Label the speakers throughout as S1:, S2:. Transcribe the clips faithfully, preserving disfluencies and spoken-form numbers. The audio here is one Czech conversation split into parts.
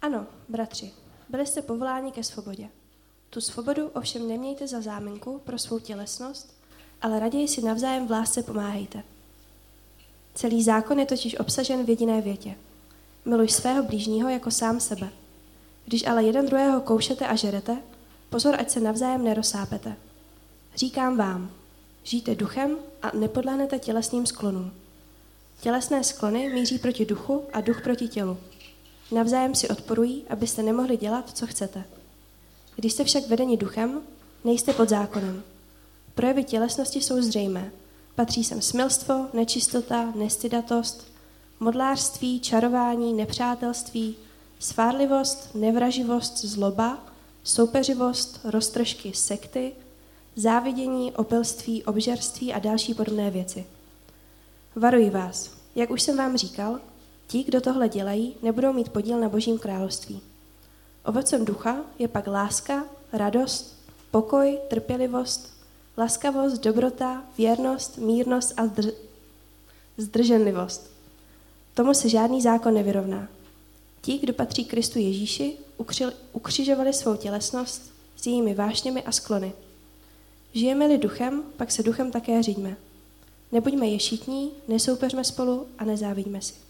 S1: Ano, bratři, byli jste povoláni ke svobodě. Tu svobodu ovšem nemějte za záminku pro svou tělesnost, ale raději si navzájem v lásce pomáhejte. Celý zákon je totiž obsažen v jediné větě. Miluj svého blížního jako sám sebe. Když ale jeden druhého koušete a žerete, pozor, ať se navzájem nerozsápete. Říkám vám, žijte duchem a nepodlehnete tělesným sklonům. Tělesné sklony míří proti duchu a duch proti tělu. Navzájem si odporují, abyste nemohli dělat, co chcete. Když jste však vedeni duchem, nejste pod zákonem. Projevy tělesnosti jsou zřejmé. Patří sem smilstvo, nečistota, nestydatost, modlářství, čarování, nepřátelství, svárlivost, nevraživost, zloba, soupeřivost, roztržky, sekty, závidění, opilství, obžerství a další podobné věci. Varuji vás, jak už jsem vám říkal, ti, kdo tohle dělají, nebudou mít podíl na Božím království. Ovocem ducha je pak láska, radost, pokoj, trpělivost, laskavost, dobrota, věrnost, mírnost a zdr- zdrženlivost. Tomu se žádný zákon nevyrovná. Ti, kdo patří Kristu Ježíši, ukři- ukřižovali svou tělesnost s jejími vášněmi a sklony. Žijeme-li duchem, pak se duchem také řídíme. Nebuďme ješitní, nesoupeřme spolu a nezáviďme si.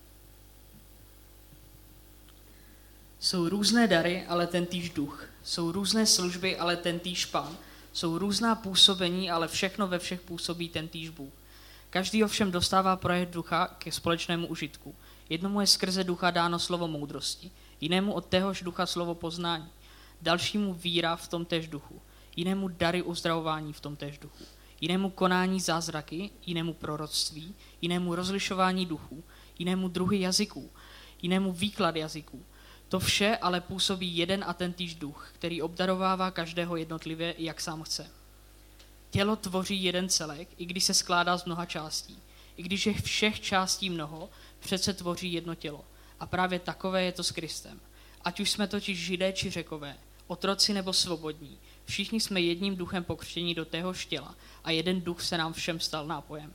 S2: Jsou různé dary, ale tentýž duch. Jsou různé služby, ale tentýž Pán. Jsou různá působení, ale všechno ve všech působí tentýž Bůh. Každý ovšem dostává projev ducha ke společnému užitku. Jednomu je skrze ducha dáno slovo moudrosti, jinému od téhož ducha slovo poznání, dalšímu víra v tom též duchu, jinému dary uzdravování v tom též duchu, jinému konání zázraky, jinému proroctví, jinému rozlišování duchů, jinému druhy jazyků, jinému výklad jazyků. To vše ale působí jeden a tentýž duch, který obdarovává každého jednotlivě, jak sám chce. Tělo tvoří jeden celek, i když se skládá z mnoha částí. I když je všech částí mnoho, přece tvoří jedno tělo. A právě takové je to s Kristem. Ať už jsme totiž Židé či Řekové, otroci nebo svobodní, všichni jsme jedním duchem pokřtění do téhož těla a jeden duch se nám všem stal nápojem.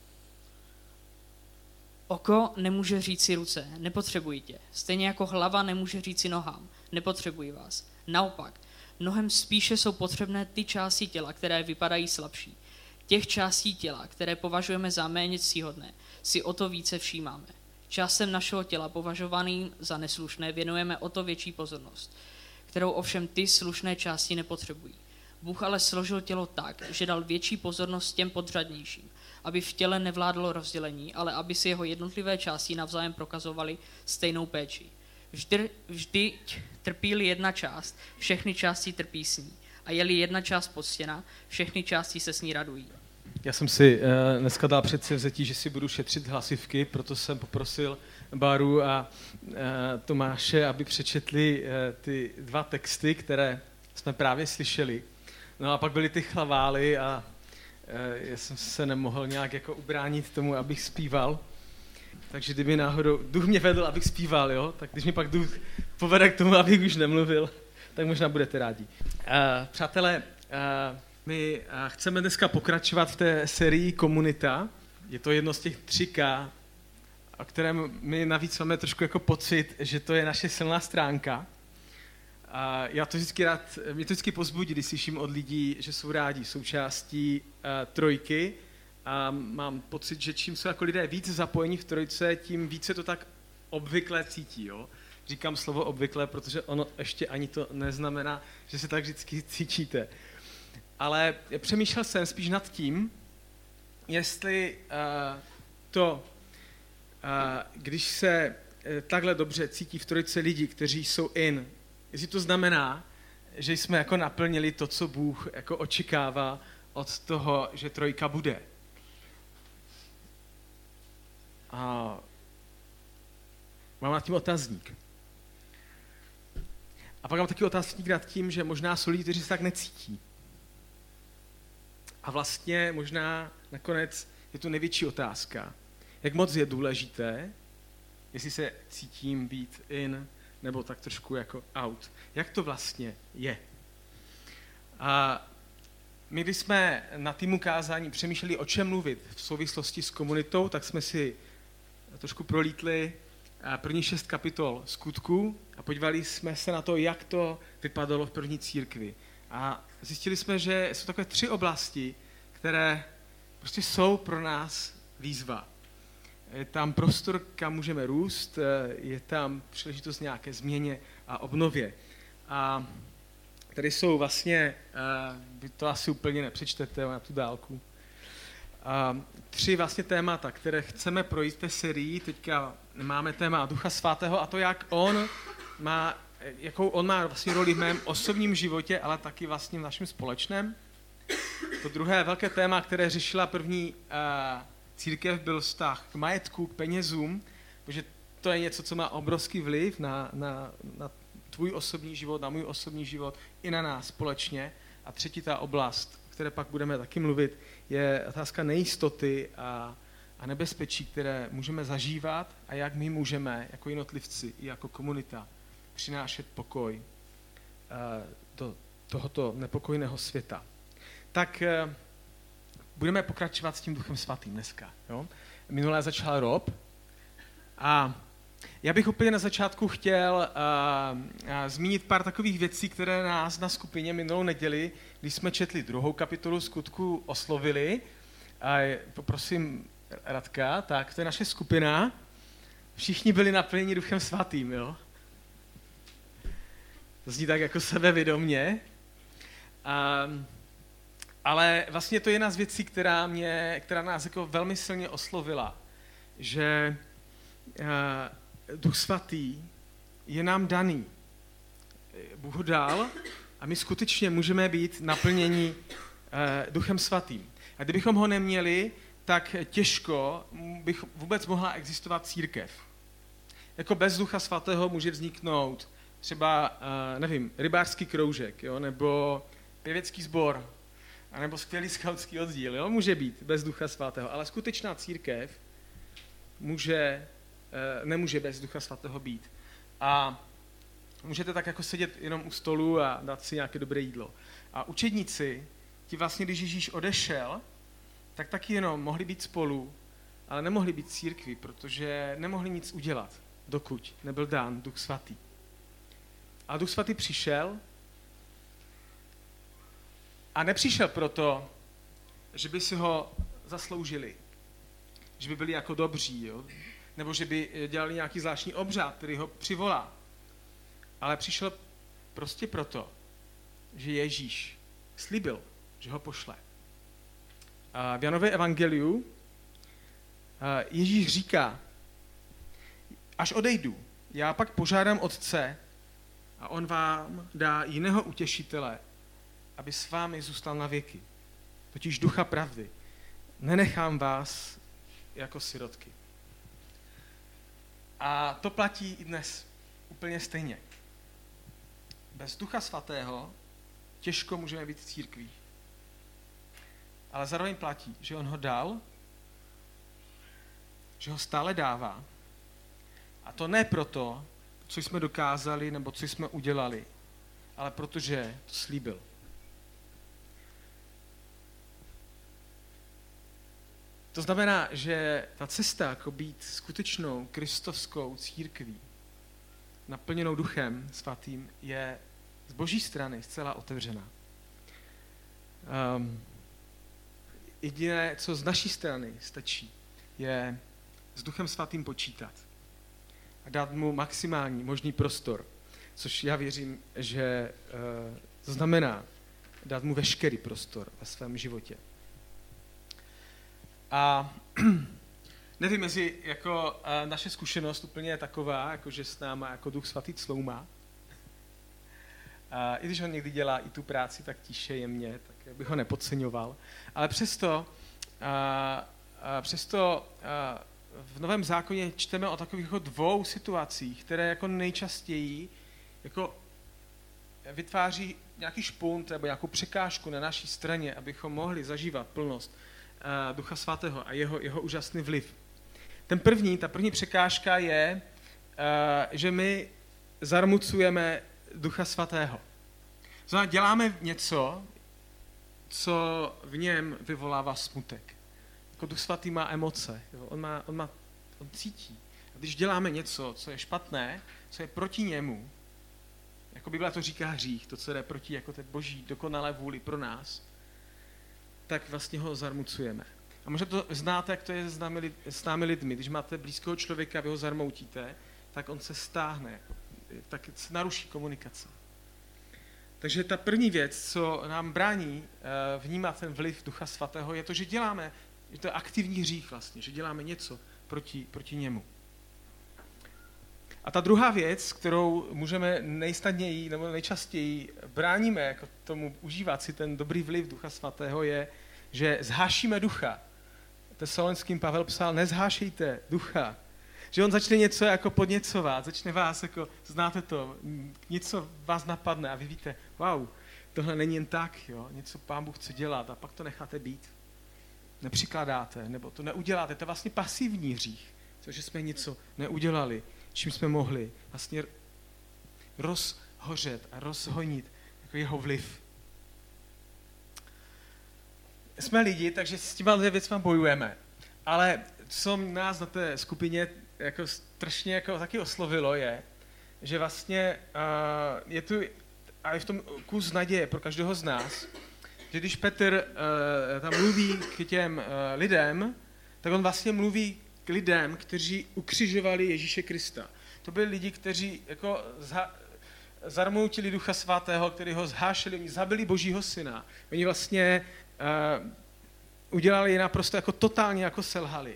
S2: Oko nemůže říci ruce, nepotřebuji tě. Stejně jako hlava nemůže říci nohám, nepotřebuji vás. Naopak, mnohem spíše jsou potřebné ty části těla, které vypadají slabší. Těch částí těla, které považujeme za méně ctihodné, si o to více všímáme. Částem našeho těla považovaným za neslušné věnujeme o to větší pozornost, kterou ovšem ty slušné části nepotřebují. Bůh ale složil tělo tak, že dal větší pozornost těm podřadnějším, aby v těle nevládlo rozdělení, ale aby si jeho jednotlivé části navzájem prokazovaly stejnou péči. Vždy, vždy trpí-li jedna část, všechny části trpí s ní. A je-li jedna část poctěna, všechny části se s ní radují.
S3: Já jsem si uh, dneska dal předsevzetí, že si budu šetřit hlasivky, proto jsem poprosil Báru a uh, Tomáše, aby přečetli uh, ty dva texty, které jsme právě slyšeli. No a pak byly ty chvalály a uh, já jsem se nemohl nějak jako ubránit tomu, abych zpíval. Takže kdyby náhodou duch mě vedl, abych zpíval, jo, tak když mi pak duch povede k tomu, abych už nemluvil, tak možná budete rádi. Uh, přátelé, uh, my uh, chceme dneska pokračovat v té sérii Komunita. Je to jedno z těch tři ká, o kterém my navíc máme trošku jako pocit, že to je naše silná stránka. A já to vždycky rád, mě to vždycky pozbudí, když slyším od lidí, že jsou rádi součástí uh, trojky. A mám pocit, že čím jsou jako lidé víc zapojení v trojce, tím více to tak obvykle cítí. Jo? Říkám slovo obvykle, protože ono ještě ani to neznamená, že se tak vždycky cítíte. Ale přemýšlel jsem spíš nad tím, jestli uh, to, uh, když se uh, takhle dobře cítí v trojce lidi, kteří jsou in, jestli to znamená, že jsme jako naplnili to, co Bůh jako očekává od toho, že trojka bude. A mám nad tím otazník. A pak mám taky otazník nad tím, že možná jsou lidi, kteří se tak necítí. A vlastně možná nakonec je to největší otázka. Jak moc je důležité, jestli se cítím být in, nebo tak trošku jako out. Jak to vlastně je? A my, když jsme na týmu kázání přemýšleli, o čem mluvit v souvislosti s komunitou, tak jsme si trošku prolítli první šest kapitol Skutků a podívali jsme se na to, jak to vypadalo v první církvi. A zjistili jsme, že jsou takové tři oblasti, které prostě jsou pro nás výzva. Je tam prostor, kam můžeme růst, je tam příležitost nějaké změně a obnově. A tady jsou vlastně, vy to asi úplně nepřečtete na tu dálku, a tři vlastně témata, které chceme projít v té sérii. Teďka máme téma Ducha Svatého a to, jak on má, jakou on má vlastně roli v mém osobním životě, ale taky vlastně v našem společném. To druhé velké téma, které řešila první uh, církev, byl vztah k majetku, k penězům, protože to je něco, co má obrovský vliv na, na, na tvůj osobní život, na můj osobní život i na nás společně. A třetí ta oblast, o které pak budeme taky mluvit, je otázka nejistoty a, a nebezpečí, které můžeme zažívat a jak my můžeme jako jednotlivci i jako komunita přinášet pokoj uh, do tohoto nepokojného světa. Tak uh, budeme pokračovat s tím Duchem Svatým dneska. Jo? Minulé začal Rob a já bych úplně na začátku chtěl uh, uh, zmínit pár takových věcí, které nás na skupině minulou neděli, když jsme četli druhou kapitolu Skutku, oslovili. A poprosím Radka, tak to je naše skupina. Všichni byli naplněni Duchem Svatým, jo? To zní tak jako sebevědomně. Um, ale vlastně to je jedna z věcí, která, mě, která nás jako velmi silně oslovila, že uh, Duch Svatý je nám daný. Bůh ho dal a my skutečně můžeme být naplněni uh, Duchem Svatým. A kdybychom ho neměli, tak těžko bych vůbec mohla existovat církev. Jako bez Ducha Svatého může vzniknout třeba, uh, nevím, rybářský kroužek, jo, nebo pěvecký sbor, nebo skvělý skautský oddíl, jo, může být bez Ducha Svatého, ale skutečná církev může, uh, nemůže bez Ducha Svatého být. A můžete tak jako sedět jenom u stolu a dát si nějaké dobré jídlo. A učedníci, ti vlastně, když Ježíš odešel, tak taky jenom mohli být spolu, ale nemohli být církvi, protože nemohli nic udělat, dokud nebyl dán Duch Svatý. A Duch Svatý přišel a nepřišel proto, že by si ho zasloužili, že by byli jako dobří, jo? Nebo že by dělali nějaký zvláštní obřad, který ho přivolá. Ale přišel prostě proto, že Ježíš slíbil, že ho pošle. A v Janově evangeliu Ježíš říká, až odejdu, já pak požádám Otce a on vám dá jiného utěšitele, aby s vámi zůstal na věky. Totiž Ducha pravdy. Nenechám vás jako sirotky. A to platí i dnes úplně stejně. Bez Ducha Svatého těžko můžeme být v církvi. Ale zároveň platí, že on ho dal, že ho stále dává. A to ne proto, co jsme dokázali nebo co jsme udělali, ale protože to slíbil. To znamená, že ta cesta jako být skutečnou kristovskou církví, naplněnou Duchem Svatým, je z Boží strany zcela otevřená. Um, jediné, co z naší strany stačí, je s Duchem Svatým počítat a dát mu maximální možný prostor, což já věřím, že uh, to znamená dát mu veškerý prostor ve svém životě. A nevím, jestli jako uh, naše zkušenost úplně je taková, jako že s náma jako Duch Svatý cloumá. Uh, I když on někdy dělá i tu práci tak tiše, jemně, tak bych ho nepodceňoval. Ale přesto, uh, uh, přesto uh, v Novém zákoně čteme o takových jako dvou situacích, které jako nejčastěji jako vytváří nějaký špunt nebo nějakou překážku na naší straně, abychom mohli zažívat plnost uh, Ducha Svatého a jeho, jeho úžasný vliv. Ten první, ta první překážka je, uh, že my zarmucujeme Ducha Svatého. Znamená, děláme něco, co v něm vyvolává smutek. Jako Duch Svatý má emoce, jo? On, má, on, má, on cítí. A když děláme něco, co je špatné, co je proti němu, jako Bible to říká hřích, to, co jde proti jako té boží dokonalé vůli pro nás, tak vlastně ho zarmucujeme. A možná to znáte, jak to je s námi, s námi lidmi. Když máte blízkého člověka, vy ho zarmoutíte, tak on se stáhne, tak se naruší komunikace. Takže ta první věc, co nám brání vnímat ten vliv Ducha Svatého, je to, že děláme, že to je aktivní hřích vlastně, že děláme něco proti, proti němu. A ta druhá věc, kterou můžeme nejsnadněji nebo nejčastěji bráníme jako tomu užívat si ten dobrý vliv Ducha Svatého, je, že zhášíme ducha. Tesalonickým Pavel psal, nezhášejte ducha. Že on začne něco jako podněcovat, začne vás, jako, znáte to, něco vás napadne a vy víte, wow, tohle není jen tak, jo, něco Pán Bůh chce dělat a pak to necháte být. Nepřikládáte, nebo to neuděláte, to je vlastně pasivní hřích, což jsme něco neudělali, čím jsme mohli vlastně rozhořet a rozhonit jako jeho vliv. Jsme lidi, takže s těma věcmi bojujeme, ale co nás na té skupině jako strašně jako taky oslovilo je, že vlastně uh, je tu a je v tom kus naděje pro každého z nás, že když Petr uh, tam mluví k těm uh, lidem, tak on vlastně mluví k lidem, kteří ukřižovali Ježíše Krista. To byli lidi, kteří jako zha, zarmoutili Ducha Svatého, kteří ho zhášili, oni zabili Božího syna. Oni vlastně uh, udělali naprosto jako totálně jako selhali.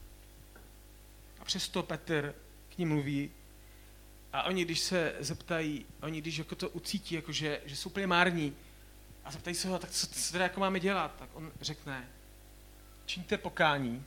S3: A přesto Petr k ním mluví a oni, když se zeptají, oni, když jako to ucítí, jako že, že jsou úplně mární a zeptají se ho, tak co, co teda jako máme dělat, tak on řekne, čiňte pokání.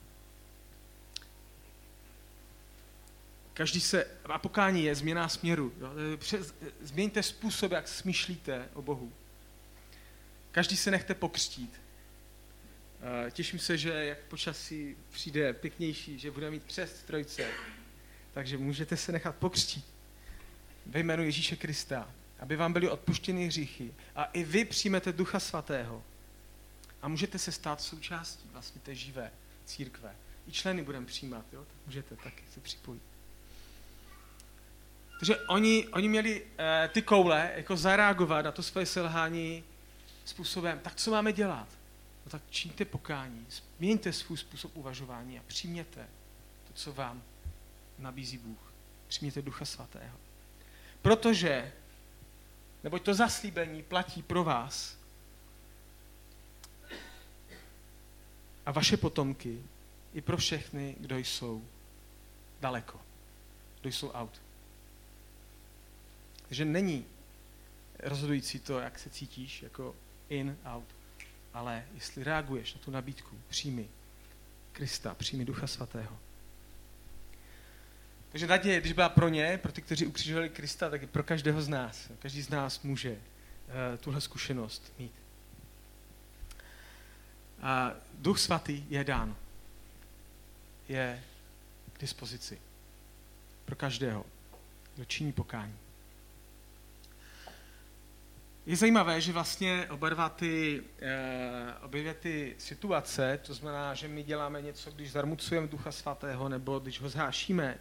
S3: Každý se, a pokání je změna směru. Jo? Přes, změňte způsob, jak smýšlíte o Bohu. Každý se nechte pokřtít. Těším se, že jak počasí přijde pěknější, že budeme mít křest trojce, takže můžete se nechat pokřtít ve jménu Ježíše Krista, aby vám byly odpuštěny hříchy a i vy přijmete Ducha Svatého a můžete se stát součástí vlastně té živé církve. I členy budeme přijímat, jo? Tak můžete taky se připojit. Takže oni, oni měli eh, ty koule jako zareagovat na to své selhání způsobem, tak co máme dělat? No tak čiňte pokání, změňte svůj způsob uvažování a přijměte to, co vám nabízí Bůh. Přijměte Ducha Svatého. Protože, neboť to zaslíbení platí pro vás a vaše potomky i pro všechny, kdo jsou daleko, kdo jsou out. Takže není rozhodující to, jak se cítíš, jako in, out. Ale jestli reaguješ na tu nabídku, přijmi Krista, přijmi Ducha Svatého. Takže naděje, když byla pro ně, pro ty, kteří ukřižovali Krista, tak i pro každého z nás. Každý z nás může uh, tuhle zkušenost mít. A Duch Svatý je dán. Je k dispozici. Pro každého, kdo činí pokání. Je zajímavé, že vlastně oba dva ty, e, obě dvě ty situace, to znamená, že my děláme něco, když zarmucujeme Ducha Svatého, nebo když ho zhášíme,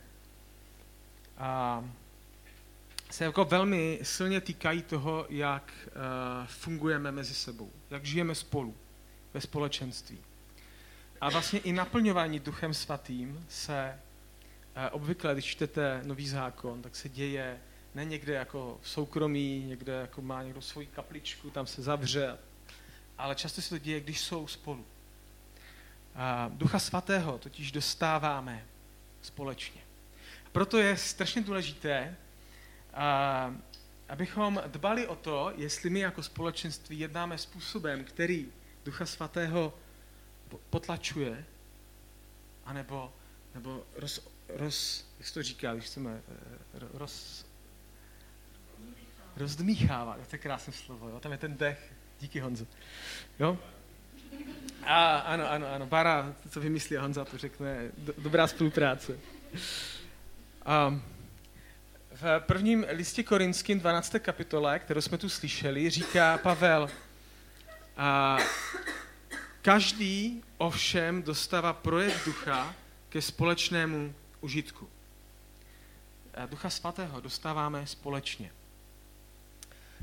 S3: a se jako velmi silně týkají toho, jak e, fungujeme mezi sebou, jak žijeme spolu, ve společenství. A vlastně i naplňování Duchem Svatým se e, obvykle, když čtete Nový zákon, tak se děje ne někde jako v soukromí, někde jako má někdo svoji kapličku, tam se zavře, ale často se to děje, když jsou spolu. A Ducha Svatého totiž dostáváme společně. Proto je strašně důležité, a, abychom dbali o to, jestli my jako společenství jednáme způsobem, který Ducha Svatého potlačuje, anebo nebo roz, roz, jak se to říká, když chceme, roz, rozdmíchává, to je krásné slovo, jo? Tam je ten dech, díky Honzo. Jo? A ano, ano, ano, Bára, co vymyslí Honza, to řekne, do, dobrá spolupráce. A v prvním listě Korinským dvanácté kapitole, kterou jsme tu slyšeli, říká Pavel, a každý ovšem dostává projev ducha ke společnému užitku. A Ducha Svatého dostáváme společně.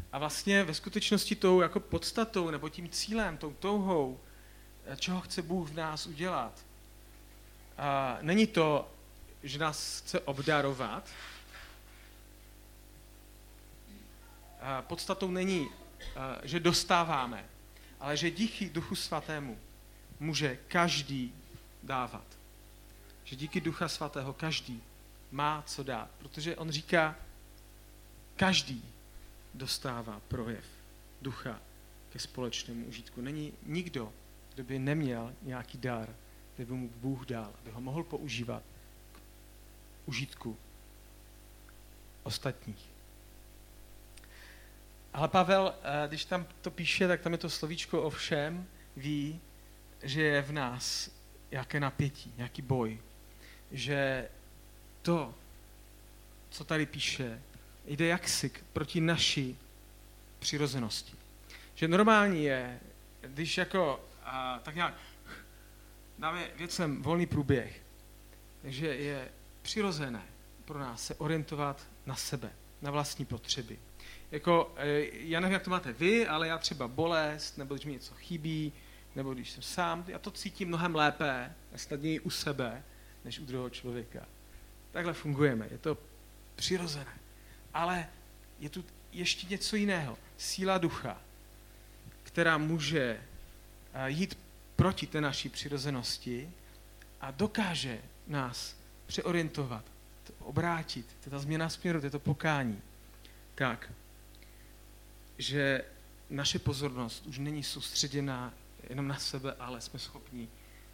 S3: A vlastně ve skutečnosti tou jako podstatou nebo tím cílem, tou touhou, čeho chce Bůh v nás udělat, a není to, že nás chce obdarovat. A podstatou není, že dostáváme, ale že díky Duchu Svatému může každý dávat. Že díky Ducha Svatého každý má co dát, protože on říká, každý dostává projev Ducha ke společnému užitku. Není nikdo, kdo by neměl nějaký dar, který by mu Bůh dal, aby ho mohl používat k užitku ostatních. Ale Pavel, když tam to píše, tak tam je to slovíčko ovšem, ví, že je v nás nějaké napětí, nějaký boj. Že to, co tady píše, jde jaksi proti naší přirozenosti. Že normální je, když jako a, tak nějak dáme věcem volný průběh, že je přirozené pro nás se orientovat na sebe, na vlastní potřeby. Jako, já nevím, jak to máte vy, ale já třeba bolest, nebo když mi něco chybí, nebo když jsem sám, já to cítím mnohem lépe a snadněji u sebe, než u druhého člověka. Takhle fungujeme, je to přirozené. Ale je tu ještě něco jiného. Síla ducha, která může jít proti té naší přirozenosti a dokáže nás přeorientovat, obrátit, to je ta změna směru, to je to pokání, tak, že naše pozornost už není soustředěná jenom na sebe, ale jsme schopni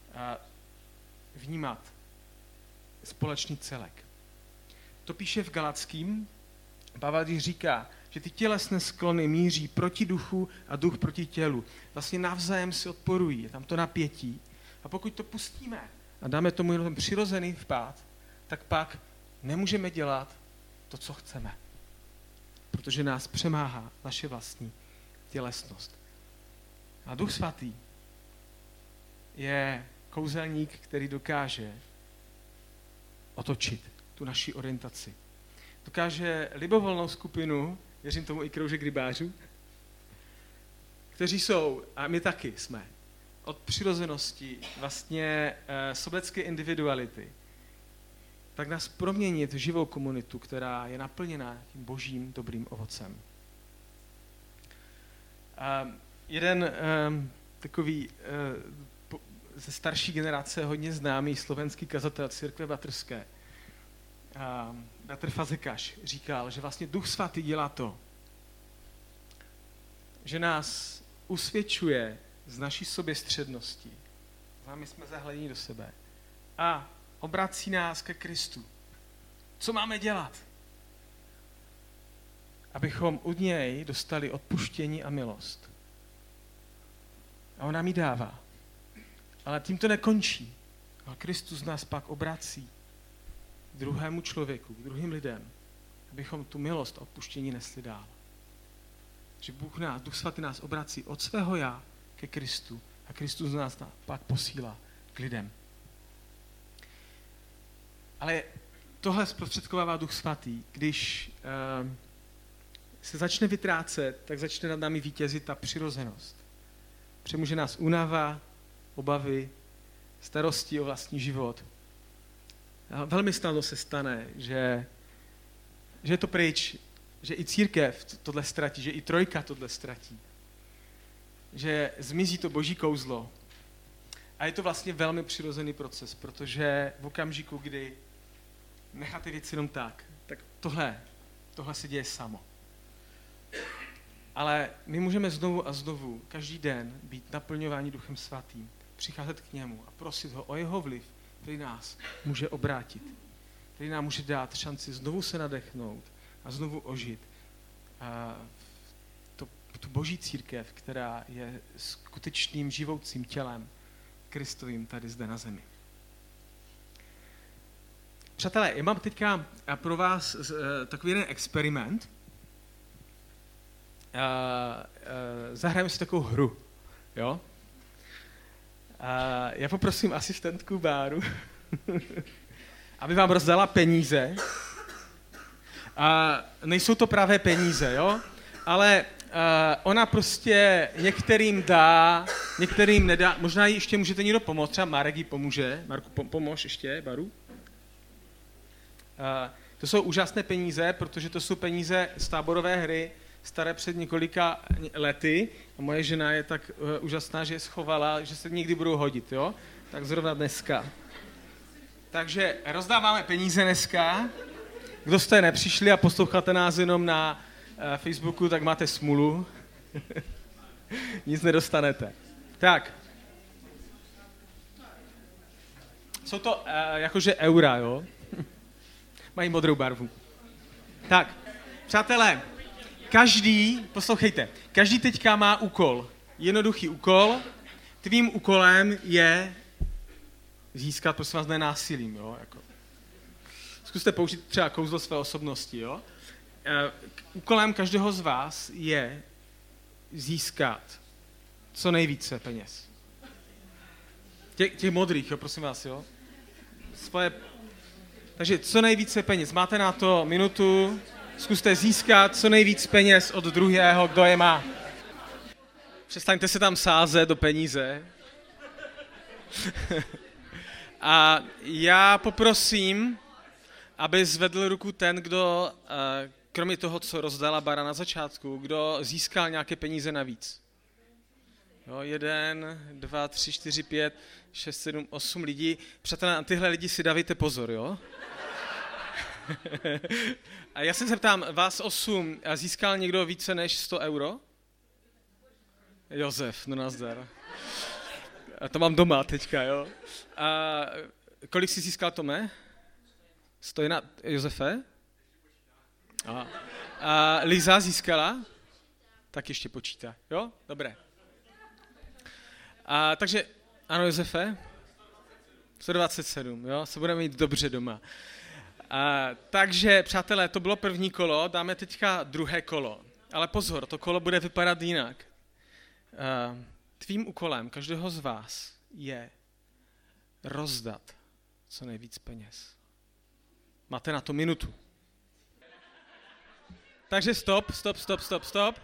S3: vnímat společný celek. To píše v Galackým, Pavel když říká, že ty tělesné sklony míří proti duchu a duch proti tělu. Vlastně navzájem si odporují, je tam to napětí. A pokud to pustíme a dáme tomu jenom přirozený vpád, tak pak nemůžeme dělat to, co chceme. Protože nás přemáhá naše vlastní tělesnost. A Duch Svatý je kouzelník, který dokáže otočit tu naši orientaci. Dokáže libovolnou skupinu, věřím tomu i kroužek rybářů, kteří jsou, a my taky jsme, od přirozenosti vlastně e, sobecké individuality, tak nás proměnit v živou komunitu, která je naplněná tím božím dobrým ovocem. A jeden e, takový e, po, ze starší generace hodně známý slovenský kazatel církve batrské, a bratr Fazekaš, říkal, že vlastně Duch Svatý dělá to, že nás usvědčuje z naší soběstřednosti, my jsme zahleděni do sebe, a obrací nás ke Kristu. Co máme dělat? Abychom od něj dostali odpuštění a milost. A on nám ji dává. Ale tím to nekončí. A Kristus nás pak obrací k druhému člověku, k druhým lidem, abychom tu milost a odpuštění nesli dál. Že Bůh nás, Duch Svatý nás obrací od svého já ke Kristu a Kristus nás pak posílá k lidem. Ale tohle zprostředkovává Duch Svatý. Když uh, se začne vytrácet, tak začne nad námi vítězit ta přirozenost. Přemůže nás únava, obavy, starosti o vlastní život. A velmi snadno se stane, že, že je to pryč, že i církev tohle ztratí, že i trojka tohle ztratí. Že zmizí to boží kouzlo. A je to vlastně velmi přirozený proces, protože v okamžiku, kdy necháte věci jenom tak, tak tohle, tohle se děje samo. Ale my můžeme znovu a znovu každý den být naplňováni Duchem Svatým, přicházet k němu a prosit ho o jeho vliv, který nás může obrátit, který nám může dát šanci znovu se nadechnout a znovu ožit a to, tu boží církev, která je skutečným živoucím tělem Kristovým tady zde na zemi. Přátelé, já mám teďka pro vás takový jeden experiment. Zahrajeme si takovou hru. Jo? A já poprosím asistentku báru, aby vám rozdala peníze. A nejsou to pravé peníze, jo? ale uh, ona prostě některým dá, některým nedá. Možná jí ještě můžete někdo pomoct, třeba Marek jí pomůže. Marku, pom- pomož ještě, Baru. Uh, to jsou úžasné peníze, protože to jsou peníze z táborové hry, staré před několika lety. A moje žena je tak uh, úžasná, že je schovala, že se někdy budou hodit, jo? Tak zrovna dneska. Takže rozdáváme peníze dneska. Kdo jste nepřišli a posloucháte nás jenom na uh, Facebooku, tak máte smůlu. Nic nedostanete. Tak. Jsou to uh, jakože eura, jo? Mají modrou barvu. Tak, přátelé, každý, poslouchejte, každý teďka má úkol. Jednoduchý úkol. Tvým úkolem je získat, prosím vás, nenásilím, jo? Jako. Zkuste použít třeba kouzlo své osobnosti, jo? E, úkolem každého z vás je získat co nejvíce peněz. Tě, těch modrých, jo, prosím vás, jo? Svoje... Takže co nejvíce peněz. Máte na to minutu, zkuste získat co nejvíc peněz od druhého, kdo je má. Přestaňte se tam sázet do peníze. A já poprosím, aby zvedl ruku ten, kdo, kromě toho, co rozdala Bara na začátku, kdo získal nějaké peníze navíc. Jo, jeden, dva, tři, čtyři, pět, šest, sedm, osm lidí. Přátelé, na tyhle lidi si dávejte pozor, jo? A já se zeptám, vás osm, získal někdo více než sto euro? Josef, no nazdar. A to mám doma teďka, jo? A kolik jsi získal, Tome? sto jedna, Josefe? A, a Liza získala? Tak ještě počítá, jo? Dobré. A, takže, ano, Josefe? sto dvacet sedm, jo? Se budeme mít dobře doma. A, takže, přátelé, to bylo první kolo, dáme teďka druhé kolo. Ale pozor, to kolo bude vypadat jinak. A, tvým úkolem každého z vás je rozdat co nejvíc peněz. Máte na to minutu. Takže stop, stop, stop, stop, stop.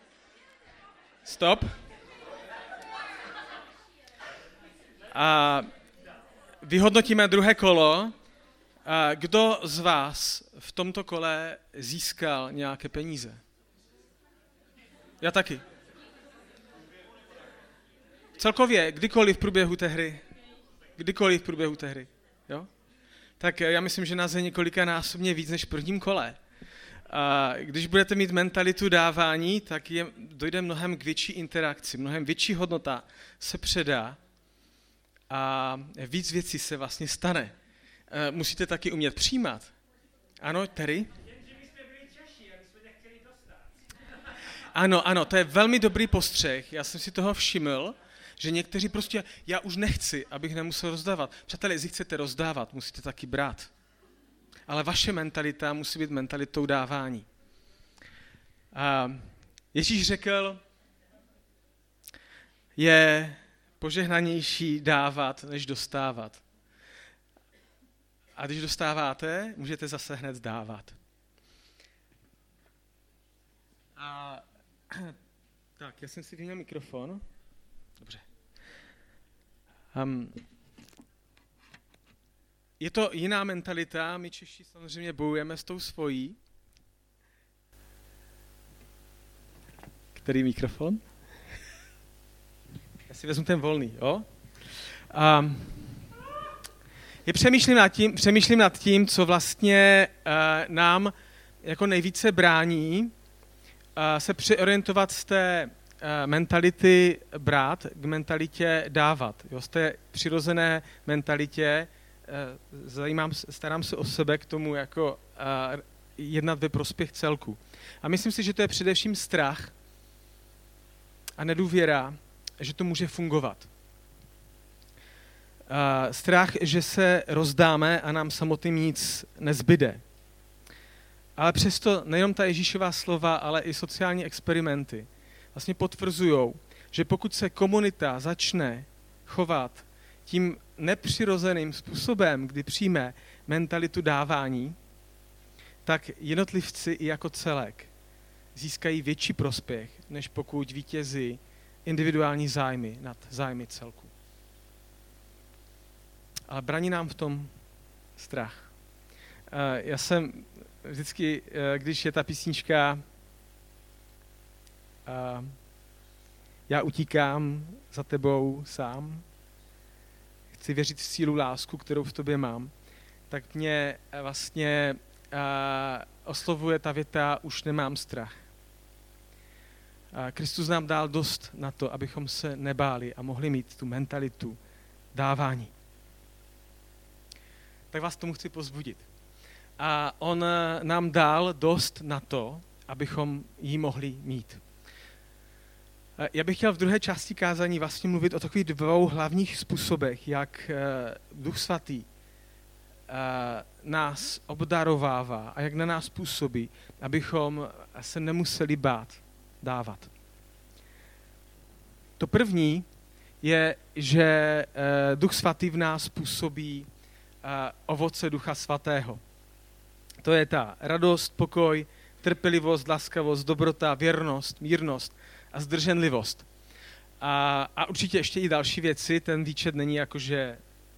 S3: Stop. A vyhodnotíme druhé kolo. A kdo z vás v tomto kole získal nějaké peníze? Já taky. Celkově, kdykoliv v průběhu té hry. Kdykoliv v průběhu té hry. Jo? Tak já myslím, že nás je několikanásobně víc než v prvním kole. A když budete mít mentalitu dávání, tak je, dojde mnohem k větší interakci, mnohem větší hodnota se předá a víc věcí se vlastně stane. E, musíte taky umět přijímat. Ano, Terry? Ano, ano, to je velmi dobrý postřeh. Já jsem si toho všiml, že někteří prostě, já už nechci, abych nemusel rozdávat. Přátelé, jestli chcete rozdávat, musíte taky brát. Ale vaše mentalita musí být mentalitou dávání. A Ježíš řekl, je požehnanější dávat, než dostávat. A když dostáváte, můžete zase hned dávat. A tak, já jsem si vyměnil mikrofon. Dobře. Um, je to jiná mentalita, my Češi samozřejmě bojujeme s tou svojí. Který mikrofon? Já si vezmu ten volný, jo? Um, je přemýšlím nad tím, přemýšlím nad tím, co vlastně uh, nám jako nejvíce brání uh, se přeorientovat z té uh, mentality brát k mentalitě dávat. Jo? Z té přirozené mentalitě uh, zajímám, starám se o sebe k tomu jako uh, jednat ve prospěch celku. A myslím si, že to je především strach a nedůvěra, že to může fungovat. Uh, strach, že se rozdáme a nám samotným nic nezbyde. Ale přesto nejenom ta Ježíšova slova, ale i sociální experimenty vlastně potvrzují, že pokud se komunita začne chovat tím nepřirozeným způsobem, kdy přijme mentalitu dávání, tak jednotlivci i jako celek získají větší prospěch, než pokud vítězí individuální zájmy nad zájmy celku. Ale brání nám v tom strach. Já jsem vždycky, když je ta písnička Já utíkám za tebou sám, chci věřit v sílu lásku, kterou v tobě mám, tak mě vlastně oslovuje ta věta už nemám strach. Kristus nám dal dost na to, abychom se nebáli a mohli mít tu mentalitu dávání. Tak vás tomu chci povzbudit. A on nám dal dost na to, abychom ji mohli mít. Já bych chtěl v druhé části kázání vlastně mluvit o takových dvou hlavních způsobech, jak Duch Svatý nás obdarovává a jak na nás působí, abychom se nemuseli bát dávat. To první je, že Duch Svatý v nás působí ovoce Ducha Svatého. To je ta radost, pokoj, trpělivost, laskavost, dobrota, věrnost, mírnost a zdrženlivost. A, a určitě ještě i další věci, ten výčet není jakože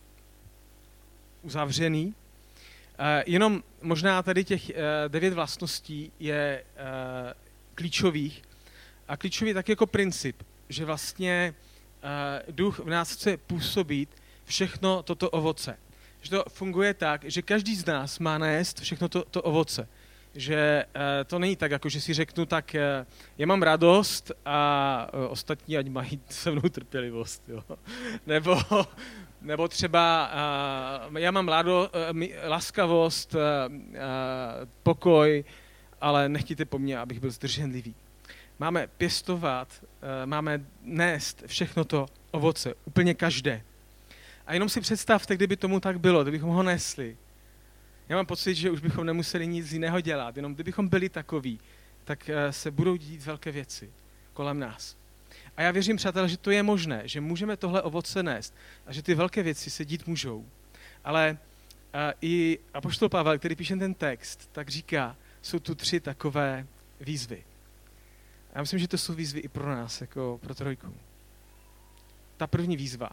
S3: uzavřený. Jenom možná tady těch devět vlastností je klíčových a klíčový tak jako princip, že vlastně Duch v nás chce působit všechno toto ovoce. Že to funguje tak, že každý z nás má nést všechno to, to ovoce. Že e, to není tak, jako že si řeknu, tak e, já mám radost a e, ostatní ať mají se mnou trpělivost. Jo? Nebo, nebo třeba e, já mám lado, e, laskavost, e, e, pokoj, ale nechtějte po mně, abych byl zdrženlivý. Máme pěstovat, e, máme nést všechno to ovoce, úplně každé. A jenom si představte, kdyby tomu tak bylo, kdybychom ho nesli. Já mám pocit, že už bychom nemuseli nic jiného dělat, jenom kdybychom byli takoví, tak se budou dít velké věci kolem nás. A já věřím, přátelé, že to je možné, že můžeme tohle ovoce nést a že ty velké věci se dít můžou. Ale i apoštol Pavel, který píše ten text, tak říká, jsou tu tři takové výzvy. A já myslím, že to jsou výzvy i pro nás, jako pro trojku. Ta první výzva.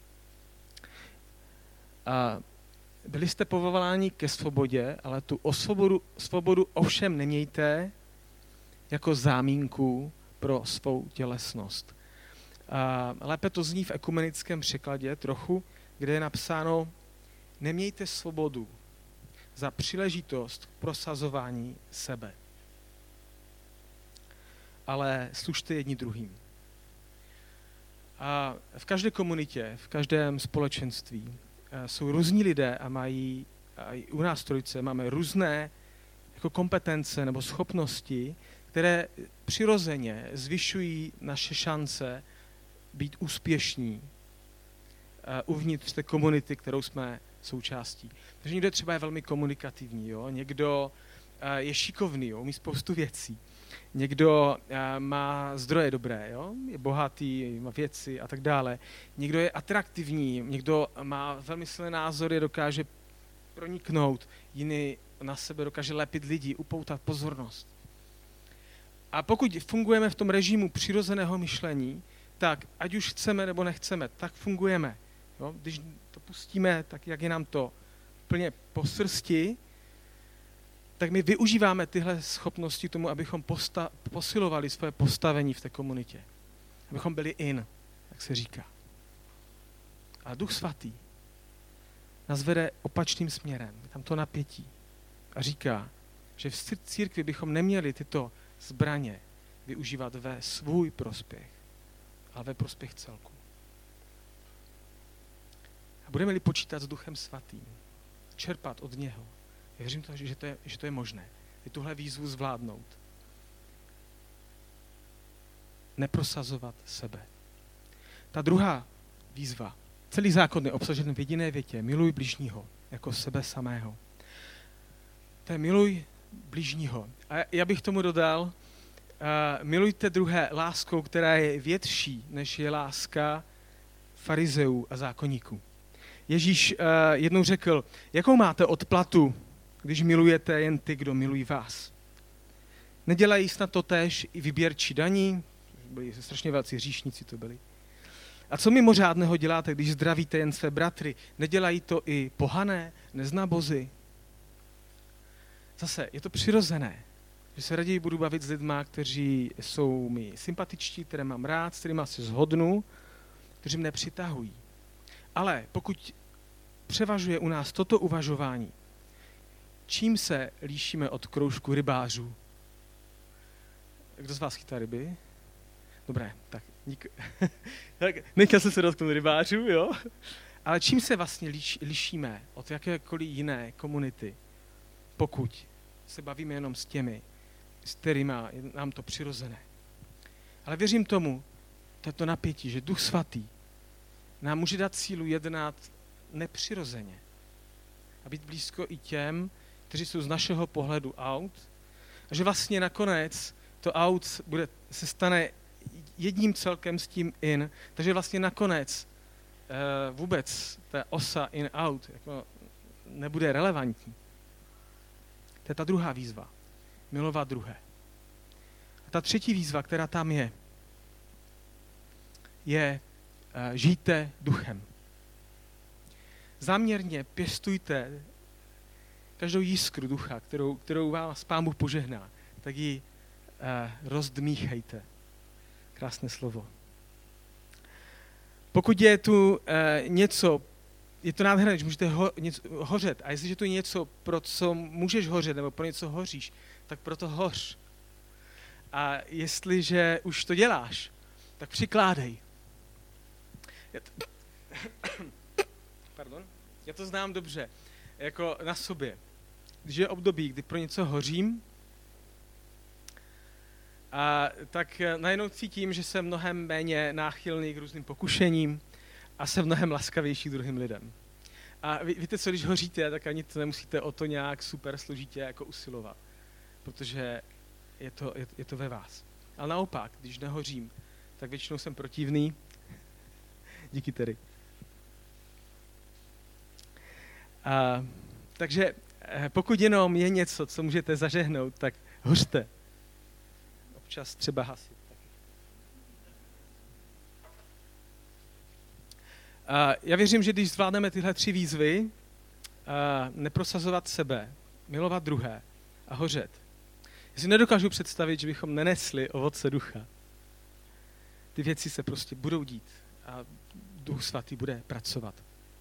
S3: A byli jste povoláni ke svobodě, ale tu osvobodu, svobodu ovšem nemějte jako zámínku pro svou tělesnost. A lépe to zní v ekumenickém překladě trochu, kde je napsáno nemějte svobodu za příležitost k prosazování sebe, ale služte jedni druhým. A v každé komunitě, v každém společenství jsou různí lidé a mají, a i u nás trojce máme různé jako kompetence nebo schopnosti, které přirozeně zvyšují naše šance být úspěšní uvnitř té komunity, kterou jsme součástí. Takže někdo třeba je velmi komunikativní, jo? Někdo je šikovný, jo? Umí spoustu věcí. Někdo má zdroje dobré, jo? Je bohatý, má věci a tak dále. Někdo je atraktivní, někdo má velmi silné názory, dokáže proniknout, jiný na sebe dokáže lepit lidi, upoutat pozornost. A pokud fungujeme v tom režimu přirozeného myšlení, tak ať už chceme nebo nechceme, tak fungujeme. Jo? Když to pustíme, tak jak je nám to plně po srsti, tak my využíváme tyhle schopnosti tomu, abychom posta- posilovali svoje postavení v té komunitě. Abychom byli in, jak se říká. A Duch Svatý nás vede opačným směrem, tam to napětí. A říká, že v církvi bychom neměli tyto zbraně využívat ve svůj prospěch, ale ve prospěch celku. A budeme-li počítat s Duchem Svatým, čerpat od něho, já věřím to, že to je, že to je možné. Je tuhle výzvu zvládnout. Neprosazovat sebe. Ta druhá výzva. Celý zákon je obsažen v jediné větě. Miluj bližního jako sebe samého. To je miluj bližního. A já bych tomu dodal, uh, milujte druhé láskou, která je větší, než je láska farizeů a zákonníků. Ježíš uh, jednou řekl, jakou máte odplatu, když milujete jen ty, kdo milují vás. Nedělají snad to též i vyběrčí daní, byli strašně velcí hříšníci to byli. A co mimořádného děláte, když zdravíte jen své bratry? Nedělají to i pohané, neznabozy? Zase, je to přirozené, že se raději budu bavit s lidma, kteří jsou mi sympatičtí, které mám rád, s kterými se shodnu, kteří mne přitahují. Ale pokud převažuje u nás toto uvažování, čím se líšíme od kroužku rybářů? Kdo z vás chytá ryby? Dobré, tak, dík. tak nechtěl jsem se dotknout rybářů, jo? Ale čím se vlastně líš, lišíme od jakékoliv jiné komunity, pokud se bavíme jenom s těmi, s kterými je nám to přirozené. Ale věřím tomu, toto napětí, že Duch Svatý nám může dát sílu jednat nepřirozeně a být blízko i těm, kteří jsou z našeho pohledu out, a že vlastně nakonec to out bude, se stane jedním celkem s tím in, takže vlastně nakonec e, vůbec ta osa in-out jako nebude relevantní. To je ta druhá výzva. Milovat druhé. A ta třetí výzva, která tam je, je e, žijte duchem. Záměrně pěstujte každou jiskru ducha, kterou, kterou vás Pán Bůh požehná, tak ji e, rozdmíchejte. Krásné slovo. Pokud je tu e, něco, je to nádherné, že můžete ho, něco, hořet. A jestliže tu je něco, pro co můžeš hořet, nebo pro něco hoříš, tak proto hoř. A jestliže už to děláš, tak přikládej. Já to, pardon, já to znám dobře, jako na sobě. Když je období, kdy pro něco hořím, a tak najednou cítím, že jsem mnohem méně náchylný k různým pokušením a jsem mnohem laskavější k druhým lidem. A ví, víte co, když hoříte, tak ani to nemusíte o to nějak super složitě jako usilovat, protože je to, je, je to ve vás. Ale naopak, když nehořím, tak většinou jsem protivný. Díky tedy. A, takže pokud jenom je něco, co můžete zažehnout, tak hořte. Občas třeba hasit. A já věřím, že když zvládneme tyhle tři výzvy, neprosazovat sebe, milovat druhé a hořet, já si nedokážu představit, že bychom nenesli ovoce ducha. Ty věci se prostě budou dít a Duch Svatý bude pracovat.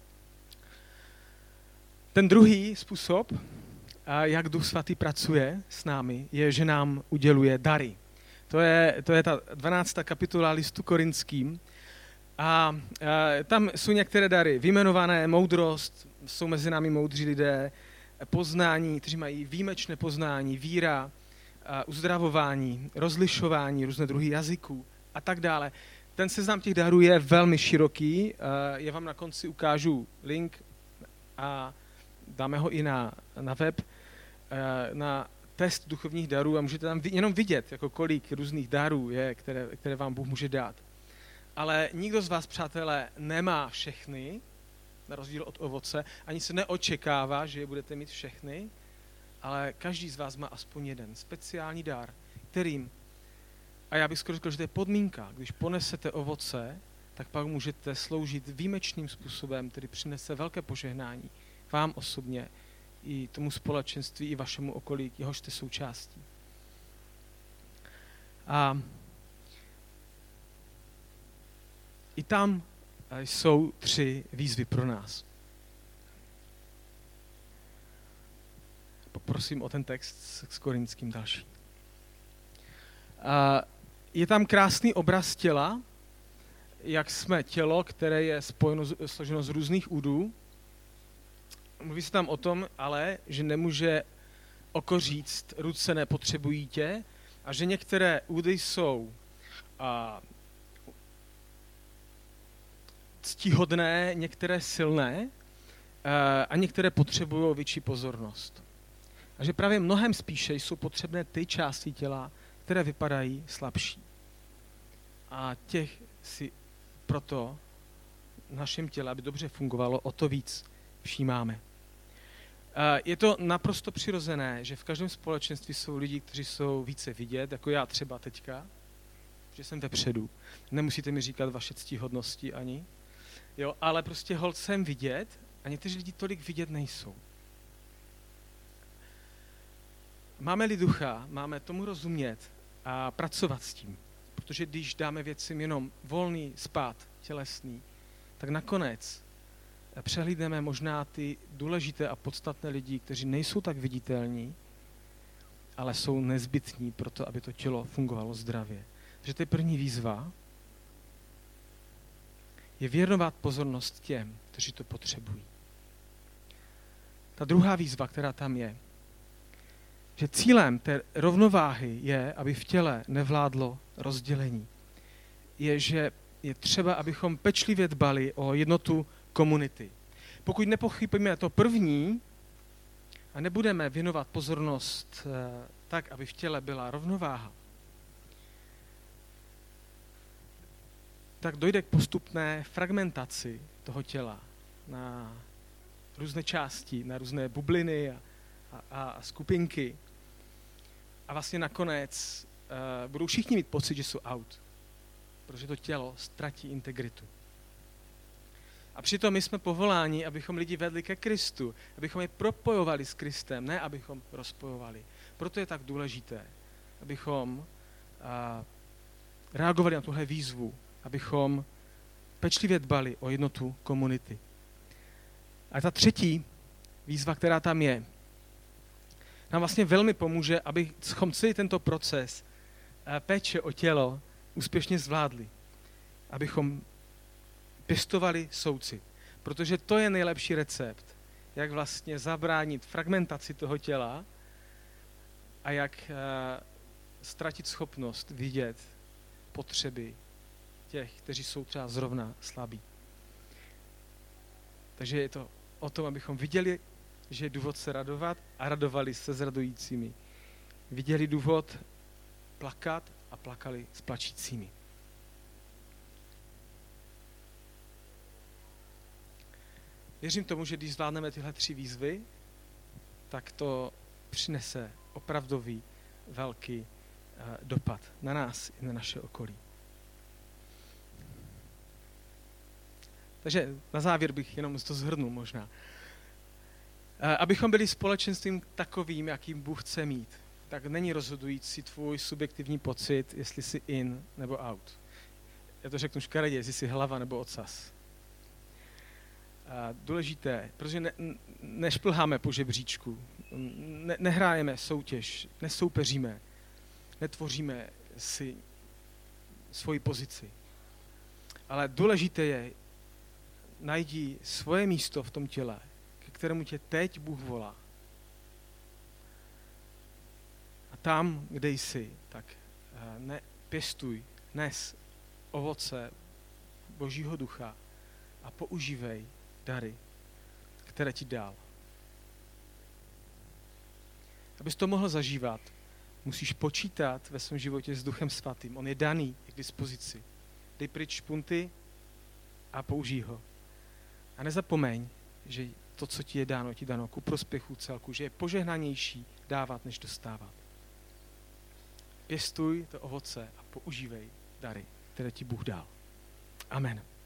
S3: Ten druhý způsob, jak Duch Svatý pracuje s námi, je, že nám uděluje dary. To je, to je ta dvanáctá kapitola listu Korinským. A, a tam jsou některé dary vyjmenované, moudrost, jsou mezi námi moudří lidé, poznání, kteří mají výjimečné poznání, víra, uzdravování, rozlišování, různé druhy jazyků a tak dále. Ten seznam těch darů je velmi široký. Já vám na konci ukážu link a dáme ho i na, na web, na test duchovních darů a můžete tam jenom vidět, jako kolik různých darů je, které, které vám Bůh může dát. Ale nikdo z vás, přátelé, nemá všechny, na rozdíl od ovoce, ani se neočekává, že je budete mít všechny, ale každý z vás má aspoň jeden speciální dar, kterým, a já bych skoro řekl, že to je podmínka, když ponesete ovoce, tak pak můžete sloužit výjimečným způsobem, který přinese velké požehnání vám osobně, i tomu společenství, i vašemu okolí, jehož jste součástí. A i tam jsou tři výzvy pro nás. Poprosím o ten text s Korinským další. A je tam krásný obraz těla, jak jsme tělo, které je spojeno, složeno z různých údů. Mluví se tam o tom, ale, že nemůže oko říct, ruce nepotřebují tě, a že některé údy jsou a, ctihodné, některé silné a, a některé potřebují větší pozornost. A že právě mnohem spíše jsou potřebné ty části těla, které vypadají slabší. A těch si proto v našem těle, aby dobře fungovalo, o to víc všímáme. Je to naprosto přirozené, že v každém společenství jsou lidi, kteří jsou více vidět, jako já třeba teďka, že jsem vepředu. Nemusíte mi říkat vaše ctihodnosti ani. Jo, ale prostě holt jsem vidět a někteří lidi tolik vidět nejsou. Máme-li ducha, máme tomu rozumět a pracovat s tím. Protože když dáme věcem jenom volný spád, tělesný, tak nakonec přehlídneme možná ty důležité a podstatné lidi, kteří nejsou tak viditelní, ale jsou nezbytní pro to, aby to tělo fungovalo zdravě. Takže to je první výzva. Je věnovat pozornost těm, kteří to potřebují. Ta druhá výzva, která tam je, že cílem té rovnováhy je, aby v těle nevládlo rozdělení. Je, že je třeba, abychom pečlivě dbali o jednotu komunity. Pokud nepochybíme to první a nebudeme věnovat pozornost tak, aby v těle byla rovnováha, tak dojde k postupné fragmentaci toho těla na různé části, na různé bubliny a, a, a skupinky. A vlastně nakonec uh, budou všichni mít pocit, že jsou out, protože to tělo ztratí integritu. A přitom my jsme povoláni, abychom lidi vedli ke Kristu, abychom je propojovali s Kristem, ne abychom rozpojovali. Proto je tak důležité, abychom uh, reagovali na tuhle výzvu, abychom pečlivě dbali o jednotu komunity. A ta třetí výzva, která tam je, nám vlastně velmi pomůže, abychom celý tento proces péče o tělo úspěšně zvládli. Abychom pěstovali soucit. Protože to je nejlepší recept, jak vlastně zabránit fragmentaci toho těla a jak ztratit schopnost vidět potřeby těch, kteří jsou třeba zrovna slabí. Takže je to o tom, abychom viděli, že je důvod se radovat a radovali se s radujícími. Viděli důvod plakat a plakali s plačícími. Věřím tomu, že když zvládneme tyhle tři výzvy, tak to přinese opravdový velký uh, dopad na nás i na naše okolí. Takže na závěr bych jenom to zhrnul možná. Abychom byli společenstvím takovým, jakým Bůh chce mít, tak není rozhodující tvůj subjektivní pocit, jestli jsi in nebo out. Já to řeknu škaredě, jestli jsi hlava nebo ocas. Důležité, protože ne, nešplháme po žebříčku, ne, nehrájeme soutěž, nesoupeříme, netvoříme si svoji pozici. Ale důležité je, najdi svoje místo v tom těle, ke kterému tě teď Bůh volá. A tam, kde jsi, tak ne, pěstuj, nes ovoce Božího ducha a používej dary, které ti dal. Abys to mohl zažívat, musíš počítat ve svém životě s Duchem Svatým. On je daný k dispozici. Dej pryč špunty a použij ho. A nezapomeň, že to, co ti je dáno, ti dáno ku prospěchu celku, že je požehnanější dávat, než dostávat. Pěstuj to ovoce a používej dary, které ti Bůh dal. Amen.